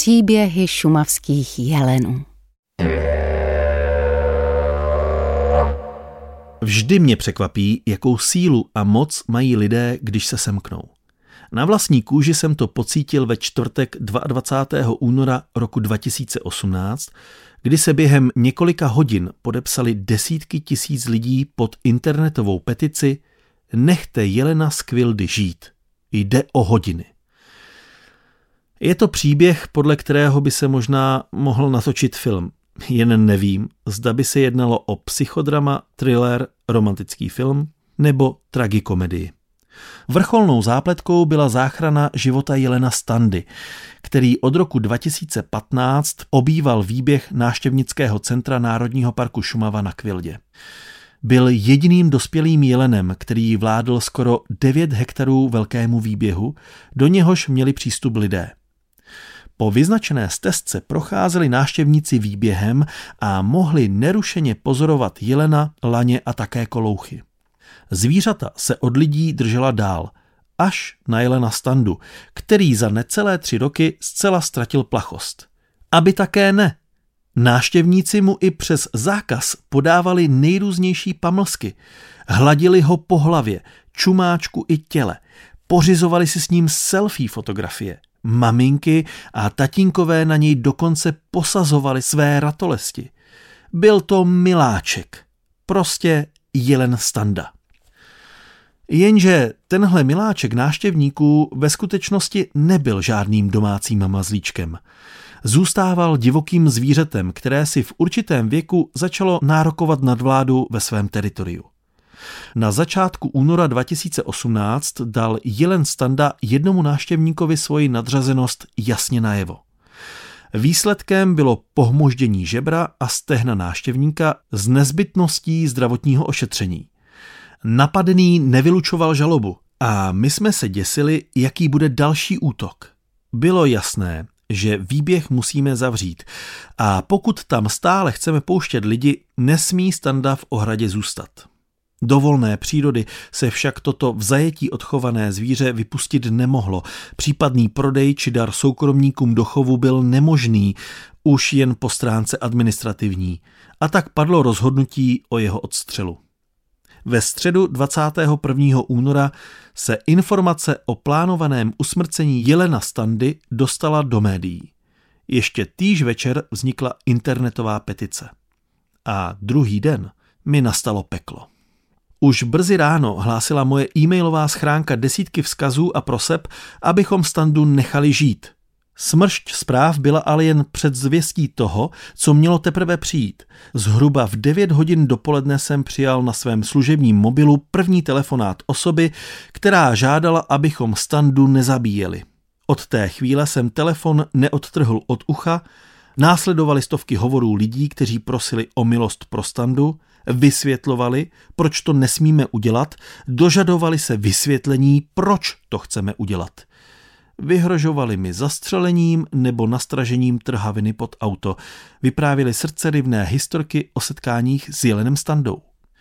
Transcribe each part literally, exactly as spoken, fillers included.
Příběhy šumavských jelenů. Vždy mě překvapí, jakou sílu a moc mají lidé, když se semknou. Na vlastní kůži jsem to pocítil ve čtvrtek dvacátého druhého února roku dva tisíce osmnáct, kdy se během několika hodin podepsali desítky tisíc lidí pod internetovou petici Nechte jelena z Kvildy žít. Jde o hodiny. Je to příběh, podle kterého by se možná mohl natočit film. Jen nevím, zda by se jednalo o psychodrama, thriller, romantický film nebo tragikomedii. Vrcholnou zápletkou byla záchrana života jelena Standy, který od roku dva tisíce patnáct obýval výběh návštěvnického centra Národního parku Šumava na Kvildě. Byl jediným dospělým jelenem, který vládl skoro devět hektarů velkému výběhu, do něhož měli přístup lidé. Po vyznačené stezce procházeli návštěvníci výběhem a mohli nerušeně pozorovat jelena, laně a také kolouchy. Zvířata se od lidí držela dál, až na jelena Standu, který za necelé tři roky zcela ztratil plachost. Aby také ne. Návštěvníci mu i přes zákaz podávali nejrůznější pamlsky, hladili ho po hlavě, čumáčku i těle, pořizovali si s ním selfie fotografie. Maminky a tatínkové na něj dokonce posazovali své ratolesti. Byl to miláček, prostě jelen Standa. Jenže tenhle miláček návštěvníků ve skutečnosti nebyl žádným domácím mazlíčkem. Zůstával divokým zvířetem, které si v určitém věku začalo nárokovat nadvládu ve svém teritoriu. Na začátku února dva tisíce osmnáct dal jelen Standa jednomu návštěvníkovi svoji nadřazenost jasně najevo. Výsledkem bylo pohmoždění žebra a stehna návštěvníka s nezbytností zdravotního ošetření. Napadený nevylučoval žalobu a my jsme se děsili, jaký bude další útok. Bylo jasné, že výběh musíme zavřít a pokud tam stále chceme pouštět lidi, nesmí Standa v ohradě zůstat. Do volné přírody se však toto v zajetí odchované zvíře vypustit nemohlo. Případný prodej či dar soukromníkům do chovu byl nemožný, už jen po stránce administrativní. A tak padlo rozhodnutí o jeho odstřelu. Ve středu dvacátého prvního února se informace o plánovaném usmrcení jelena Standy dostala do médií. Ještě týž večer vznikla internetová petice. A druhý den mi nastalo peklo. Už brzy ráno hlásila moje e-mailová schránka desítky vzkazů a proseb, abychom Standu nechali žít. Smršť zpráv byla ale jen předzvěstí toho, co mělo teprve přijít. Zhruba v devět hodin dopoledne jsem přijal na svém služebním mobilu první telefonát osoby, která žádala, abychom Standu nezabíjeli. Od té chvíle jsem telefon neodtrhl od ucha, následovaly stovky hovorů lidí, kteří prosili o milost pro Standu, vysvětlovali, proč to nesmíme udělat, dožadovali se vysvětlení, proč to chceme udělat. Vyhrožovali mi zastřelením nebo nastražením trhaviny pod auto. Vyprávěli srdcerivné historky o setkáních s jelenem Standou.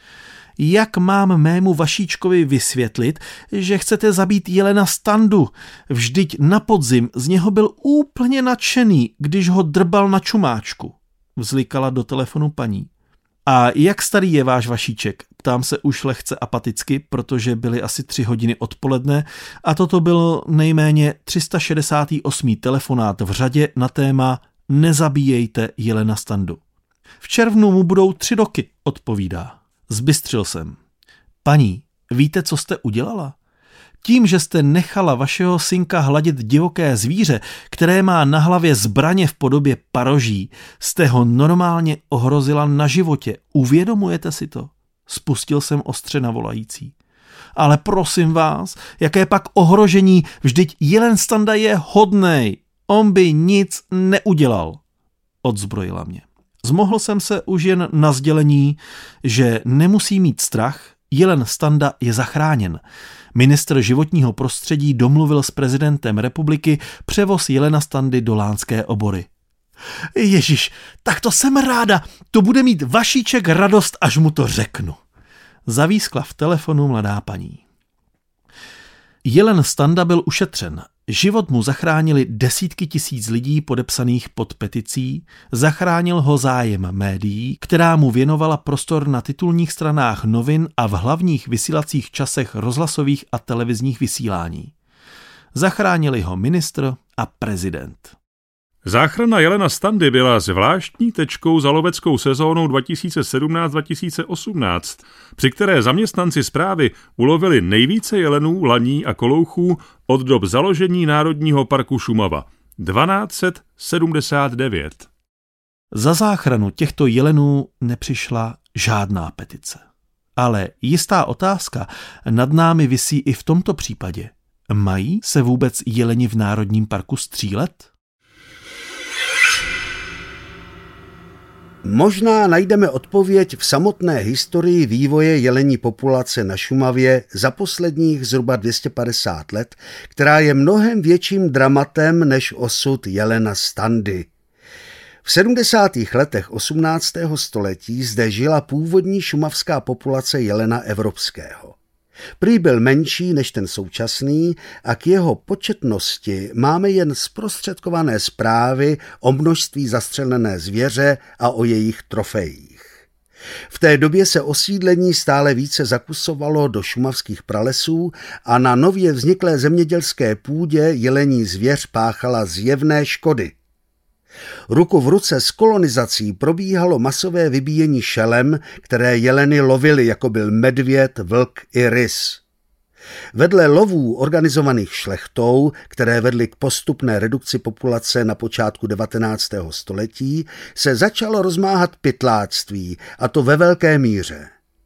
Jak mám mému Vašíčkovi vysvětlit, že chcete zabít jelena Standu? Vždyť na podzim z něho byl úplně nadšený, když ho drbal na čumáčku. Vzlikala do telefonu paní. A jak starý je váš Vašíček? Ptám se už lehce apaticky, protože byly asi tři hodiny odpoledne a toto byl nejméně tři sta šedesátý osmý telefonát v řadě na téma Nezabíjejte jelena Standu. V červnu mu budou tři roky, odpovídá. Zbystřil jsem. Paní, víte, co jste udělala? Tím, že jste nechala vašeho synka hladit divoké zvíře, které má na hlavě zbraně v podobě paroží, jste ho normálně ohrozila na životě. Uvědomujete si to? Spustil jsem ostře na volající. Ale prosím vás, jaké pak ohrožení, vždyť jelen Standa je hodnej. On by nic neudělal. Odzbrojila mě. Zmohl jsem se už jen na sdělení, že nemusí mít strach, jelen Standa je zachráněn. Ministr životního prostředí domluvil s prezidentem republiky převoz jelena Standy do Lánské Obory. Ježiš, tak to jsem ráda, to bude mít Vašíček radost, až mu to řeknu. Zavískla v telefonu mladá paní. Jelen Standa byl ušetřen. Život mu zachránili desítky tisíc lidí podepsaných pod peticí, zachránil ho zájem médií, která mu věnovala prostor na titulních stranách novin a v hlavních vysílacích časech rozhlasových a televizních vysílání. Zachránili ho ministr a prezident. Záchrana Jelena Standy byla zvláštní tečkou za loveckou sezónou dva tisíce sedmnáct dva tisíce osmnáct, při které zaměstnanci správy ulovili nejvíce jelenů, laní a kolouchů od dob založení Národního parku Šumava – dvanáct set sedmdesát devět. Za záchranu těchto jelenů nepřišla žádná petice. Ale jistá otázka nad námi visí i v tomto případě. Mají se vůbec jeleni v Národním parku střílet? Možná najdeme odpověď v samotné historii vývoje jelení populace na Šumavě za posledních zhruba dvě stě padesát let, která je mnohem větším dramatem než osud jelena Standy. V sedmdesátých letech osmnáctého století zde žila původní šumavská populace jelena evropského. Prý byl menší než ten současný a k jeho početnosti máme jen zprostředkované zprávy o množství zastřelené zvěře a o jejich trofejích. V té době se osídlení stále více zakusovalo do šumavských pralesů a na nově vzniklé zemědělské půdě jelení zvěř páchala zjevné škody. Ruku v ruce s kolonizací probíhalo masové vybíjení šelem, které jeleny lovily, jako byl medvěd, vlk i rys. Vedle lovů organizovaných šlechtou, které vedly k postupné redukci populace na počátku devatenáctého století, se začalo rozmáhat pytláctví, a to ve velké míře.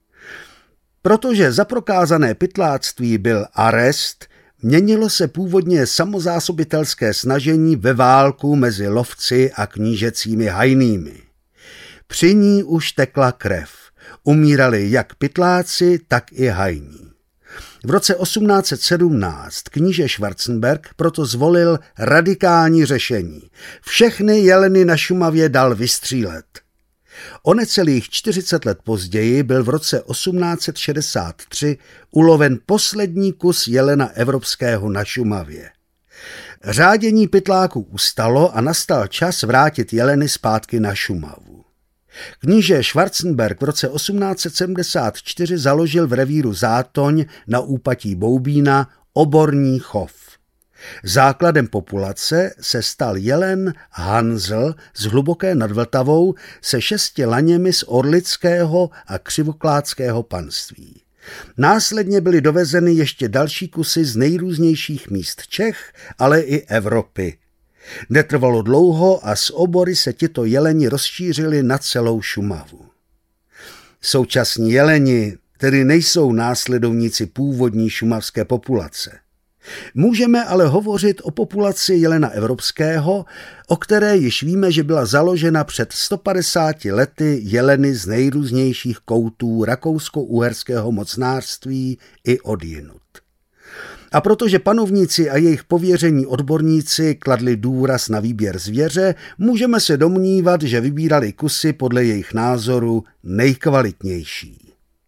Protože za prokázané pytláctví byl arest, měnilo se původně samozásobitelské snažení ve válku mezi lovci a knížecími hajnými. Při ní už tekla krev. Umírali jak pytláci, tak i hajní. V roce osmnáct set sedmnáct kníže Schwarzenberg proto zvolil radikální řešení. Všechny jeleny na Šumavě dal vystřílet. O necelých čtyřicet let později byl v roce osmnáct set šedesát tři uloven poslední kus jelena evropského na Šumavě. Řádění pytláků ustalo a nastal čas vrátit jeleny zpátky na Šumavu. Kníže Schwarzenberg v roce osmnáct set sedmdesát čtyři založil v revíru Zátoň na úpatí Boubína oborní chov. Základem populace se stal jelen Hanzl z Hluboké nad Vltavou se šesti laněmi z Orlického a Křivoklátského panství. Následně byly dovezeny ještě další kusy z nejrůznějších míst Čech, ale i Evropy. Netrvalo dlouho a z obory se tito jeleni rozšířili na celou Šumavu. Současní jeleni tedy nejsou následovníci původní šumavské populace. Můžeme ale hovořit o populaci jelena evropského, o které již víme, že byla založena před sto padesáti lety jeleny z nejrůznějších koutů rakousko-uherského mocnářství i odjinud. A protože panovníci a jejich pověření odborníci kladli důraz na výběr zvěře, můžeme se domnívat, že vybírali kusy podle jejich názoru nejkvalitnější.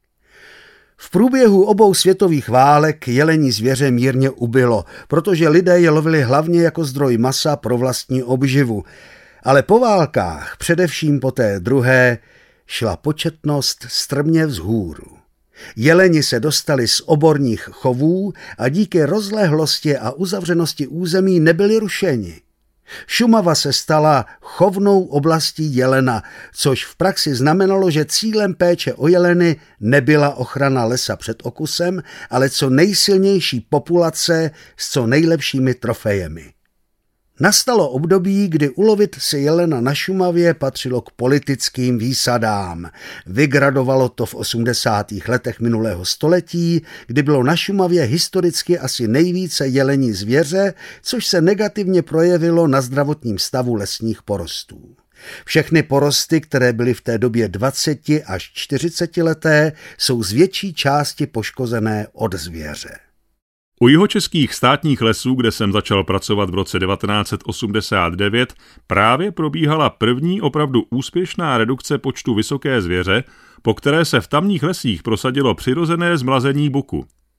V průběhu obou světových válek jelení zvěře mírně ubylo, protože lidé je lovili hlavně jako zdroj masa pro vlastní obživu. Ale po válkách, především po té druhé, šla početnost strmě vzhůru. Jeleni se dostali z oborních chovů a díky rozlehlosti a uzavřenosti území nebyli rušeni. Šumava se stala chovnou oblastí jelena, což v praxi znamenalo, že cílem péče o jeleny nebyla ochrana lesa před okusem, ale co nejsilnější populace s co nejlepšími trofejemi. Nastalo období, kdy ulovit si jelena na Šumavě patřilo k politickým výsadám. Vygradovalo to v osmdesátých letech minulého století, kdy bylo na Šumavě historicky asi nejvíce jelení zvěře, což se negativně projevilo na zdravotním stavu lesních porostů. Všechny porosty, které byly v té době dvaceti až čtyřiceti leté, jsou z větší části poškozené od zvěře. U jihočeských státních lesů, kde jsem začal pracovat v roce devatenáct set osmdesát devět, právě probíhala první opravdu úspěšná redukce počtu vysoké zvěře, po které se v tamních lesích prosadilo přirozené zmlazení buku.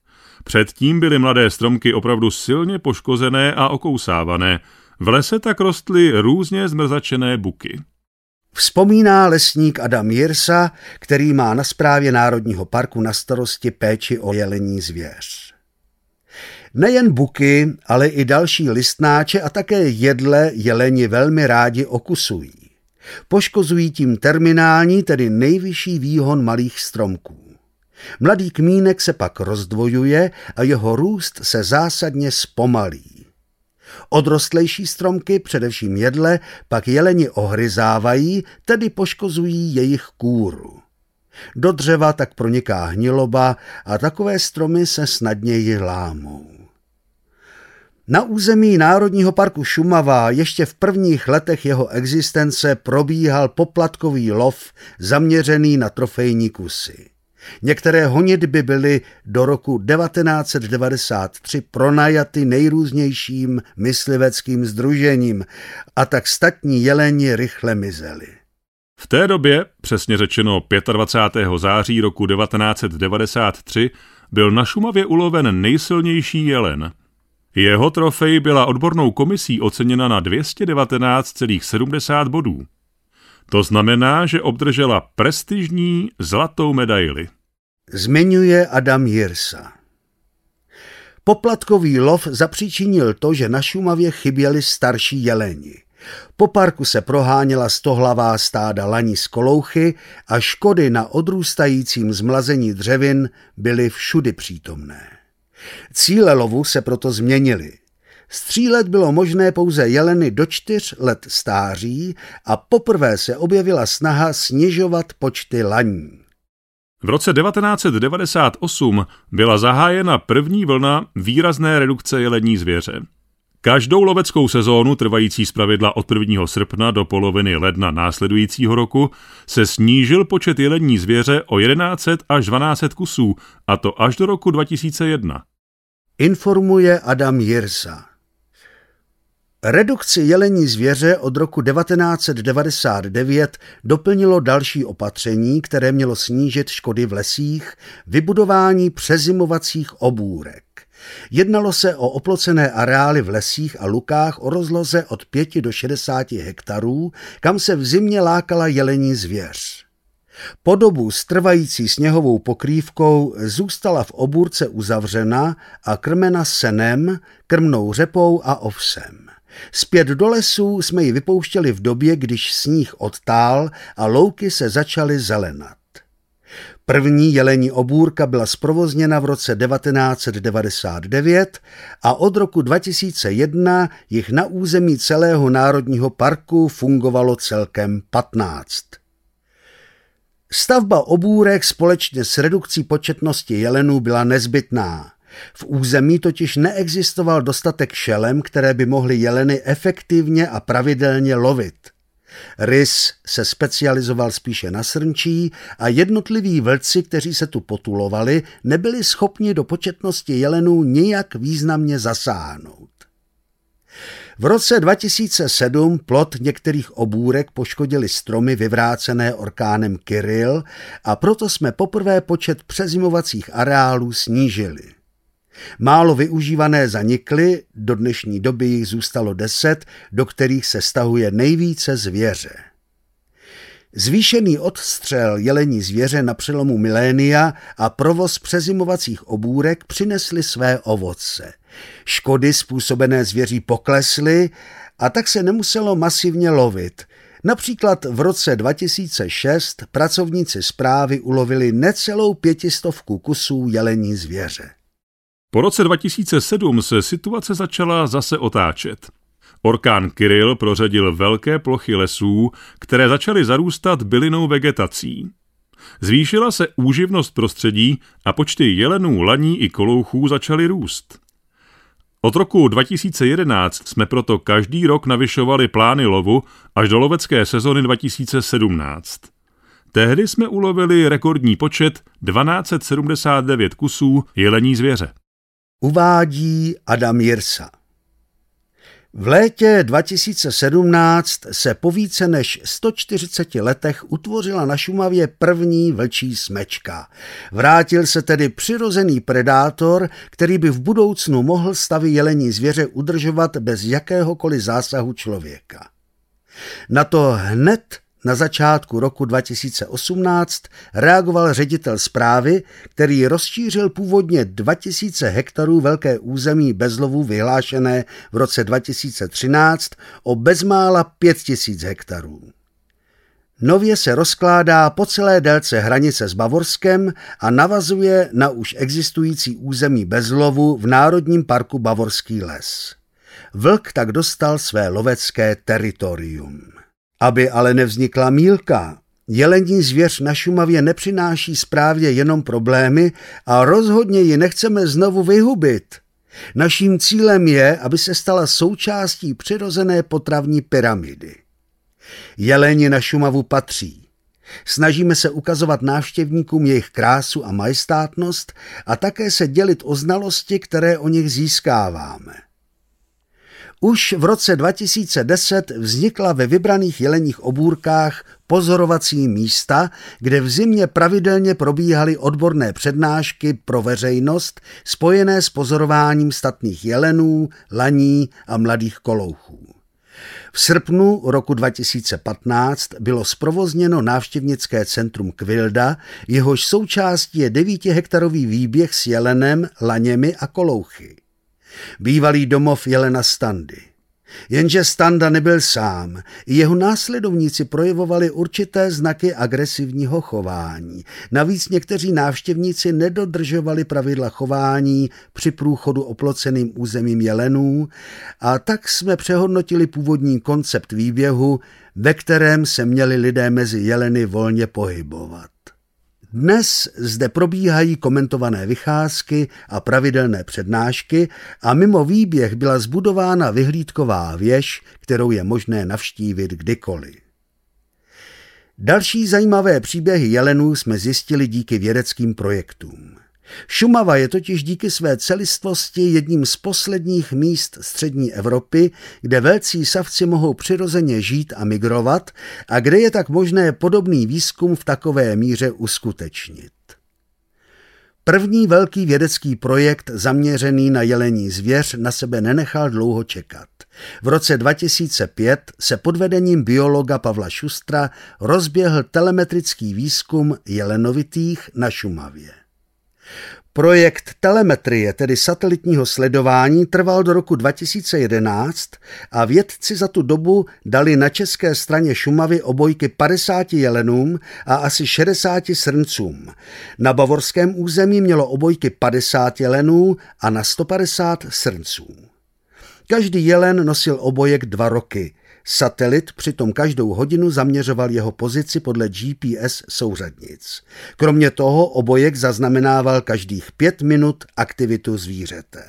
Předtím byly mladé stromky opravdu silně poškozené a okousávané. V lese tak rostly různě zmrzačené buky. Vzpomíná lesník Adam Jirsa, který má na správě Národního parku na starosti péči o jelení zvěř. Nejen buky, ale i další listnáče a také jedle jeleni velmi rádi okusují. Poškozují tím terminální, tedy nejvyšší výhon malých stromků. Mladý kmínek se pak rozdvojuje a jeho růst se zásadně zpomalí. Odrostlejší stromky, především jedle, pak jeleni ohryzávají, tedy poškozují jejich kůru. Do dřeva tak proniká hniloba a takové stromy se snadněji lámou. Na území Národního parku Šumava ještě v prvních letech jeho existence probíhal poplatkový lov zaměřený na trofejní kusy. Některé honitby byly do roku devatenáct set devadesát tři pronajaty nejrůznějším mysliveckým sdružením a tak statní jeleni rychle mizely. V té době, přesně řečeno dvacátého pátého září roku devatenáct set devadesát tři, byl na Šumavě uloven nejsilnější jelen. Jeho trofej byla odbornou komisí oceněna na dvě stě devatenáct celá sedmdesát bodů. To znamená, že obdržela prestižní zlatou medaili. Zmiňuje Adam Jirsa. Poplatkový lov zapříčinil to, že na Šumavě chyběli starší jeleni. Po parku se proháněla stohlavá stáda laní z kolouchy a škody na odrůstajícím zmlazení dřevin byly všudy přítomné. Cíle lovu se proto změnily. Střílet bylo možné pouze jeleny do čtyř let stáří a poprvé se objevila snaha snižovat počty laní. V roce devatenáct set devadesát osm byla zahájena první vlna výrazné redukce jelení zvěře. Každou loveckou sezónu, trvající zpravidla od prvního srpna do poloviny ledna následujícího roku, se snížil počet jelení zvěře o tisíc sto až dvanáct set kusů, a to až do roku dva tisíce jedna. Informuje Adam Jirsa. Redukci jelení zvěře od roku devatenáct set devadesát devět doplnilo další opatření, které mělo snížit škody v lesích, vybudování přezimovacích obůrek. Jednalo se o oplocené areály v lesích a lukách o rozloze od pěti do šedesáti hektarů, kam se v zimě lákala jelení zvěř. Po dobu s trvající sněhovou pokrývkou zůstala v obůrce uzavřena a krmena senem, krmnou řepou a ovsem. Zpět do lesů jsme ji vypouštěli v době, když sníh odtál a louky se začaly zelenat. První jelení obůrka byla zprovozněna v roce devatenáct set devadesát devět a od roku dva tisíce jedna jich na území celého národního parku fungovalo celkem patnáct. Stavba obůrek společně s redukcí početnosti jelenů byla nezbytná. V území totiž neexistoval dostatek šelem, které by mohly jeleny efektivně a pravidelně lovit. Rys se specializoval spíše na srnčí a jednotliví vlci, kteří se tu potulovali, nebyli schopni do početnosti jelenů nijak významně zasáhnout. V roce dva tisíce sedm plot některých obůrek poškodili stromy vyvrácené orkánem Kyrill a proto jsme poprvé počet přezimovacích areálů snížili. Málo využívané zanikly, do dnešní doby jich zůstalo deset, do kterých se stahuje nejvíce zvěře. Zvýšený odstřel jelení zvěře na přelomu milénia a provoz přezimovacích obůrek přinesly své ovoce. Škody způsobené zvěří poklesly a tak se nemuselo masivně lovit. Například v roce dva tisíce šest pracovníci správy ulovili necelou pětistovku kusů jelení zvěře. Po roce dva tisíce sedm se situace začala zase otáčet. Orkán Kyrill prořadil velké plochy lesů, které začaly zarůstat bylinnou vegetací. Zvýšila se úživnost prostředí a počty jelenů, laní i kolouchů začaly růst. Od roku dva tisíce jedenáct jsme proto každý rok navyšovali plány lovu až do lovecké sezony dva tisíce sedmnáct. Tehdy jsme ulovili rekordní počet tisíc dvě stě sedmdesát devět kusů jelení zvěře. Uvádí Adam Jirsa. V létě dva tisíce sedmnáct se po více než sto čtyřiceti letech utvořila na Šumavě první vlčí smečka. Vrátil se tedy přirozený predátor, který by v budoucnu mohl stavy jelení zvěře udržovat bez jakéhokoliv zásahu člověka. Na to hned na začátku roku dva tisíce osmnáct reagoval ředitel správy, který rozšířil původně dva tisíce hektarů velké území bez lovu vyhlášené v roce dva tisíce třináct o bezmála pět tisíc hektarů. Nově se rozkládá po celé délce hranice s Bavorskem a navazuje na už existující území bez lovu v Národním parku Bavorský les. Vlk tak dostal své lovecké teritorium. Aby ale nevznikla mýlka, jelení zvěř na Šumavě nepřináší správě jenom problémy a rozhodně ji nechceme znovu vyhubit. Naším cílem je, aby se stala součástí přirozené potravní pyramidy. Jeleni na Šumavu patří. Snažíme se ukazovat návštěvníkům jejich krásu a majestátnost a také se dělit o znalosti, které o nich získáváme. Už v roce dva tisíce deset vznikla ve vybraných jelenních obůrkách pozorovací místa, kde v zimě pravidelně probíhaly odborné přednášky pro veřejnost spojené s pozorováním statných jelenů, laní a mladých kolouchů. V srpnu roku dva tisíce patnáct bylo zprovozněno návštěvnické centrum Kvilda, jehož součástí je devítihektarový výběh s jelenem, laněmi a kolouchy. Bývalý domov jelena Standy. Jenže Standa nebyl sám. Jeho následovníci projevovali určité znaky agresivního chování. Navíc někteří návštěvníci nedodržovali pravidla chování při průchodu oploceným územím jelenů a tak jsme přehodnotili původní koncept výběhu, ve kterém se měli lidé mezi jeleny volně pohybovat. Dnes zde probíhají komentované vycházky a pravidelné přednášky a mimo výběh byla zbudována vyhlídková věž, kterou je možné navštívit kdykoliv. Další zajímavé příběhy jelenů jsme zjistili díky vědeckým projektům. Šumava je totiž díky své celistvosti jedním z posledních míst střední Evropy, kde velcí savci mohou přirozeně žít a migrovat a kde je tak možné podobný výzkum v takové míře uskutečnit. První velký vědecký projekt zaměřený na jelení zvěř na sebe nenechal dlouho čekat. V roce dva tisíce pět se pod vedením biologa Pavla Šustra rozběhl telemetrický výzkum jelenovitých na Šumavě. Projekt telemetrie, tedy satelitního sledování, trval do roku dva tisíce jedenáct a vědci za tu dobu dali na české straně Šumavy obojky padesáti jelenům a asi šedesáti srncům. Na bavorském území mělo obojky padesát jelenů a na sto padesát srnců. Každý jelen nosil obojek dva roky. Satelit přitom každou hodinu zaměřoval jeho pozici podle G P S souřadnic. Kromě toho obojek zaznamenával každých pět minut aktivitu zvířete.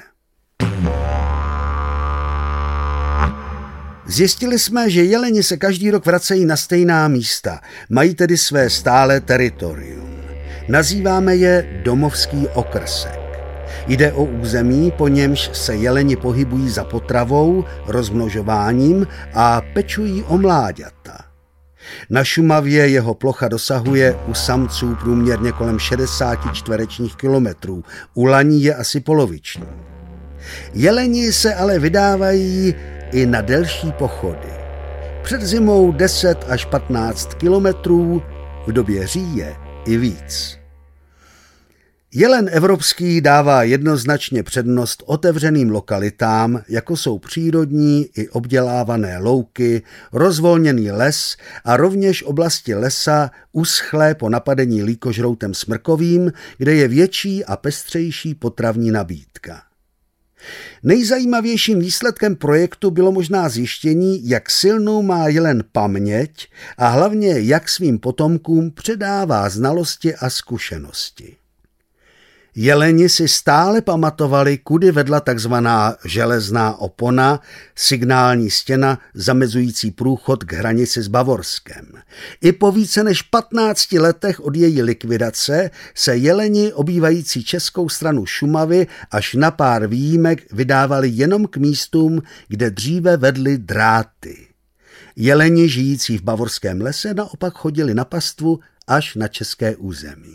Zjistili jsme, že jeleni se každý rok vracejí na stejná místa, mají tedy své stálé teritorium. Nazýváme je domovský okrsek. Jde o území, po němž se jeleni pohybují za potravou, rozmnožováním a pečují o mláďata. Na Šumavě jeho plocha dosahuje u samců průměrně kolem šedesát čtverečních kilometrů, u laní je asi poloviční. Jeleni se ale vydávají i na delší pochody. Před zimou deset až patnáct kilometrů, v době říje i víc. Jelen evropský dává jednoznačně přednost otevřeným lokalitám, jako jsou přírodní i obdělávané louky, rozvolněný les a rovněž oblasti lesa uschlé po napadení líkožroutem smrkovým, kde je větší a pestřejší potravní nabídka. Nejzajímavějším výsledkem projektu bylo možná zjištění, jak silnou má jelen paměť a hlavně jak svým potomkům předává znalosti a zkušenosti. Jeleni si stále pamatovali, kudy vedla takzvaná železná opona, signální stěna zamezující průchod k hranici s Bavorskem. I po více než patnácti letech od její likvidace se jeleni obývající českou stranu Šumavy až na pár výjimek vydávali jenom k místům, kde dříve vedly dráty. Jeleni žijící v bavorském lese naopak chodili na pastvu až na české území.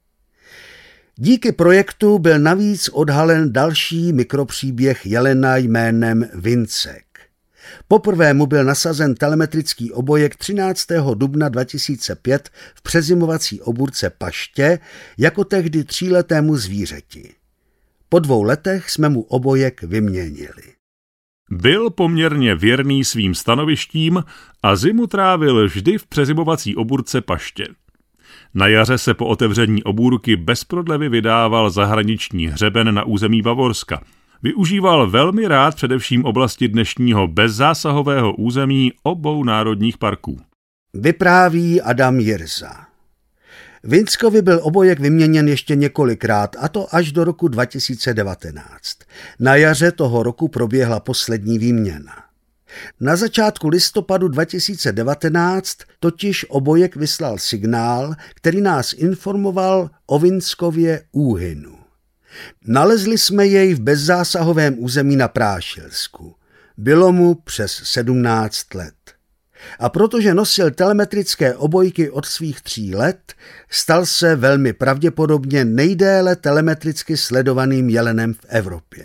Díky projektu byl navíc odhalen další mikropříběh jelena jménem Vincek. Poprvé mu byl nasazen telemetrický obojek třináctého dubna dva tisíce pět v přezimovací obůrce Paště jako tehdy tříletému zvířeti. Po dvou letech jsme mu obojek vyměnili. Byl poměrně věrný svým stanovištím a zimu trávil vždy v přezimovací obůrce Paště. Na jaře se po otevření obůrky bez prodlevy vydával zahraniční hřeben na území Bavorska. Využíval velmi rád především oblasti dnešního bezzásahového území obou národních parků. Vypráví Adam Jirsa. Vinckovi byl obojek vyměněn ještě několikrát, a to až do roku dva tisíce devatenáct. Na jaře toho roku proběhla poslední výměna. Na začátku listopadu dva tisíce devatenáct totiž obojek vyslal signál, který nás informoval o Vinckově úhynu. Nalezli jsme jej v bezzásahovém území na Prášilsku. Bylo mu přes sedmnáct let. A protože nosil telemetrické obojky od svých tří let, stal se velmi pravděpodobně nejdéle telemetricky sledovaným jelenem v Evropě.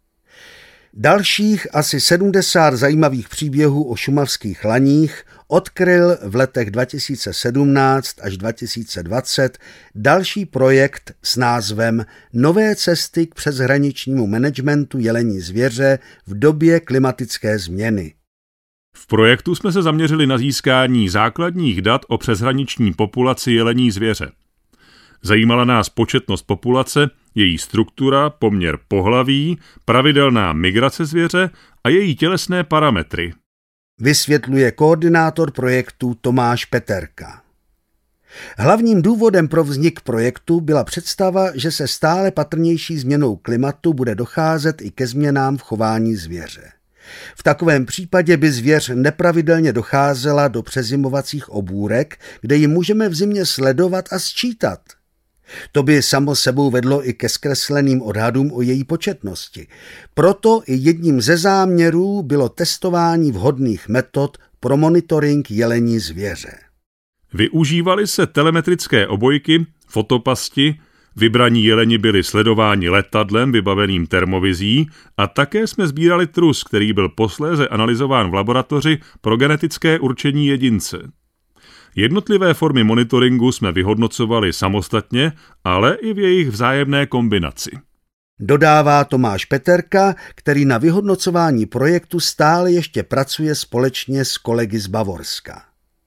Dalších asi sedmdesát zajímavých příběhů o šumavských laních odkryl v letech dva tisíce sedmnáct až dva tisíce dvacet další projekt s názvem Nové cesty k přeshraničnímu managementu jelení zvěře v době klimatické změny. V projektu jsme se zaměřili na získání základních dat o přeshraniční populaci jelení zvěře. Zajímala nás početnost populace, její struktura, poměr pohlaví, pravidelná migrace zvěře a její tělesné parametry. Vysvětluje koordinátor projektu Tomáš Peterka. Hlavním důvodem pro vznik projektu byla představa, že se stále patrnější změnou klimatu bude docházet i ke změnám v chování zvěře. V takovém případě by zvěř nepravidelně docházela do přezimovacích obůrek, kde ji můžeme v zimě sledovat a sčítat. To by samo sebou vedlo i ke zkresleným odhadům o její početnosti. Proto i jedním ze záměrů bylo testování vhodných metod pro monitoring jelení zvěře. Využívaly se telemetrické obojky, fotopasti, vybraní jeleni byli sledováni letadlem vybaveným termovizí a také jsme sbírali trus, který byl posléze analyzován v laboratoři pro genetické určení jedince. Jednotlivé formy monitoringu jsme vyhodnocovali samostatně, ale i v jejich vzájemné kombinaci. Dodává Tomáš Peterka, který na vyhodnocování projektu stále ještě pracuje společně s kolegy z Bavorska.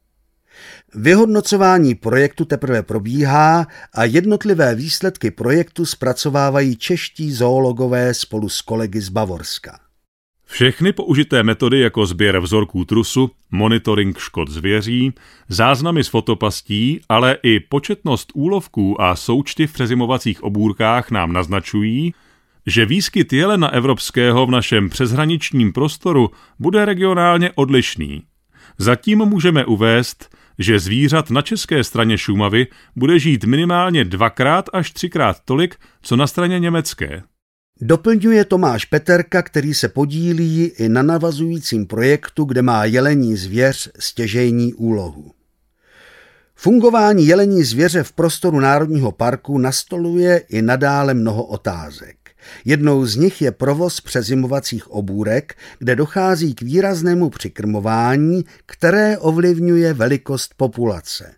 Vyhodnocování projektu teprve probíhá a jednotlivé výsledky projektu zpracovávají čeští zoologové spolu s kolegy z Bavorska. Všechny použité metody jako sběr vzorků trusu, monitoring škod zvěří, záznamy z fotopastí, ale i početnost úlovků a součty v přezimovacích obůrkách nám naznačují, že výskyt jelena evropského v našem přeshraničním prostoru bude regionálně odlišný. Zatím můžeme uvést, že zvířat na české straně Šumavy bude žít minimálně dvakrát až třikrát tolik, co na straně německé. Doplňuje Tomáš Peterka, který se podílí i na navazujícím projektu, kde má jelení zvěř stěžejní úlohu. Fungování jelení zvěře v prostoru Národního parku nastoluje i nadále mnoho otázek. Jednou z nich je provoz přezimovacích obůrek, kde dochází k výraznému přikrmování, které ovlivňuje velikost populace.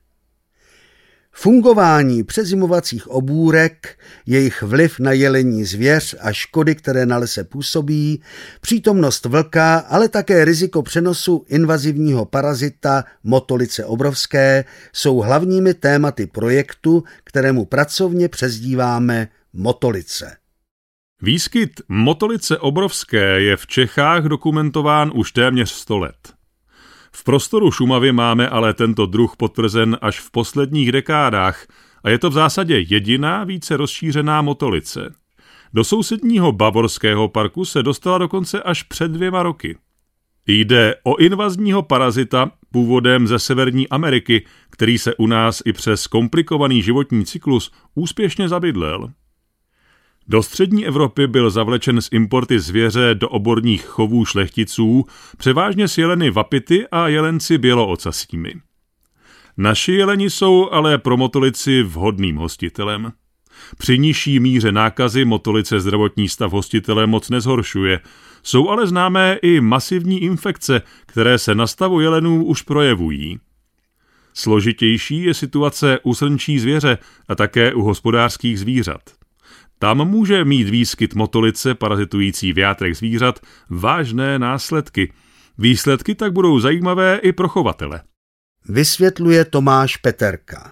Fungování přezimovacích obůrek, jejich vliv na jelení zvěř a škody, které na lese působí, přítomnost vlka, ale také riziko přenosu invazivního parazita motolice obrovské jsou hlavními tématy projektu, kterému pracovně přezdíváme Motolice. Výskyt motolice obrovské je v Čechách dokumentován už téměř sto let. V prostoru Šumavy máme ale tento druh potvrzen až v posledních dekádách a je to v zásadě jediná více rozšířená motolice. Do sousedního bavorského parku se dostala dokonce až před dvěma roky. Jde o invazního parazita původem ze Severní Ameriky, který se u nás i přes komplikovaný životní cyklus úspěšně zabydlel. Do střední Evropy byl zavlečen z importy zvěře do oborních chovů šlechticů, převážně s jeleny vapity a jelenci běloocasími. Naši jeleni jsou ale pro motolici vhodným hostitelem. Při nižší míře nákazy motolice zdravotní stav hostitele moc nezhoršuje, jsou ale známé i masivní infekce, které se na stavu jelenů už projevují. Složitější je situace u srnčí zvěře a také u hospodářských zvířat. Tam může mít výskyt motolice parazitující v játrech zvířat vážné následky. Výsledky tak budou zajímavé i pro chovatele. Vysvětluje Tomáš Peterka.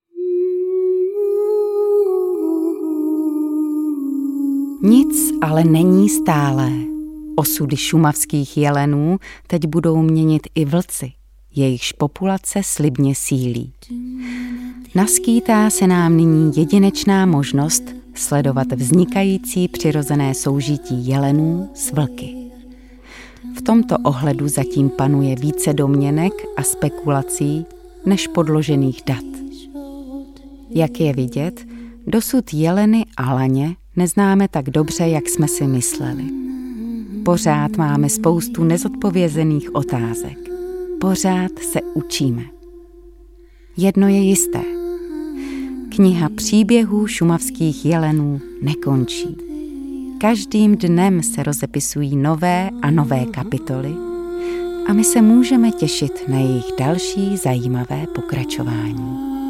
Nic ale není stálé. Osudy šumavských jelenů teď budou měnit i vlci, jejichž populace slibně sílí. Naskýtá se nám nyní jedinečná možnost sledovat vznikající přirozené soužití jelenů s vlky. V tomto ohledu zatím panuje více domněnek a spekulací než podložených dat. Jak je vidět, dosud jeleny a laně neznáme tak dobře, jak jsme si mysleli. Pořád máme spoustu nezodpovězených otázek. Pořád se učíme. Jedno je jisté. Kniha příběhů šumavských jelenů nekončí. Každým dnem se rozepisují nové a nové kapitoly a my se můžeme těšit na jejich další zajímavé pokračování.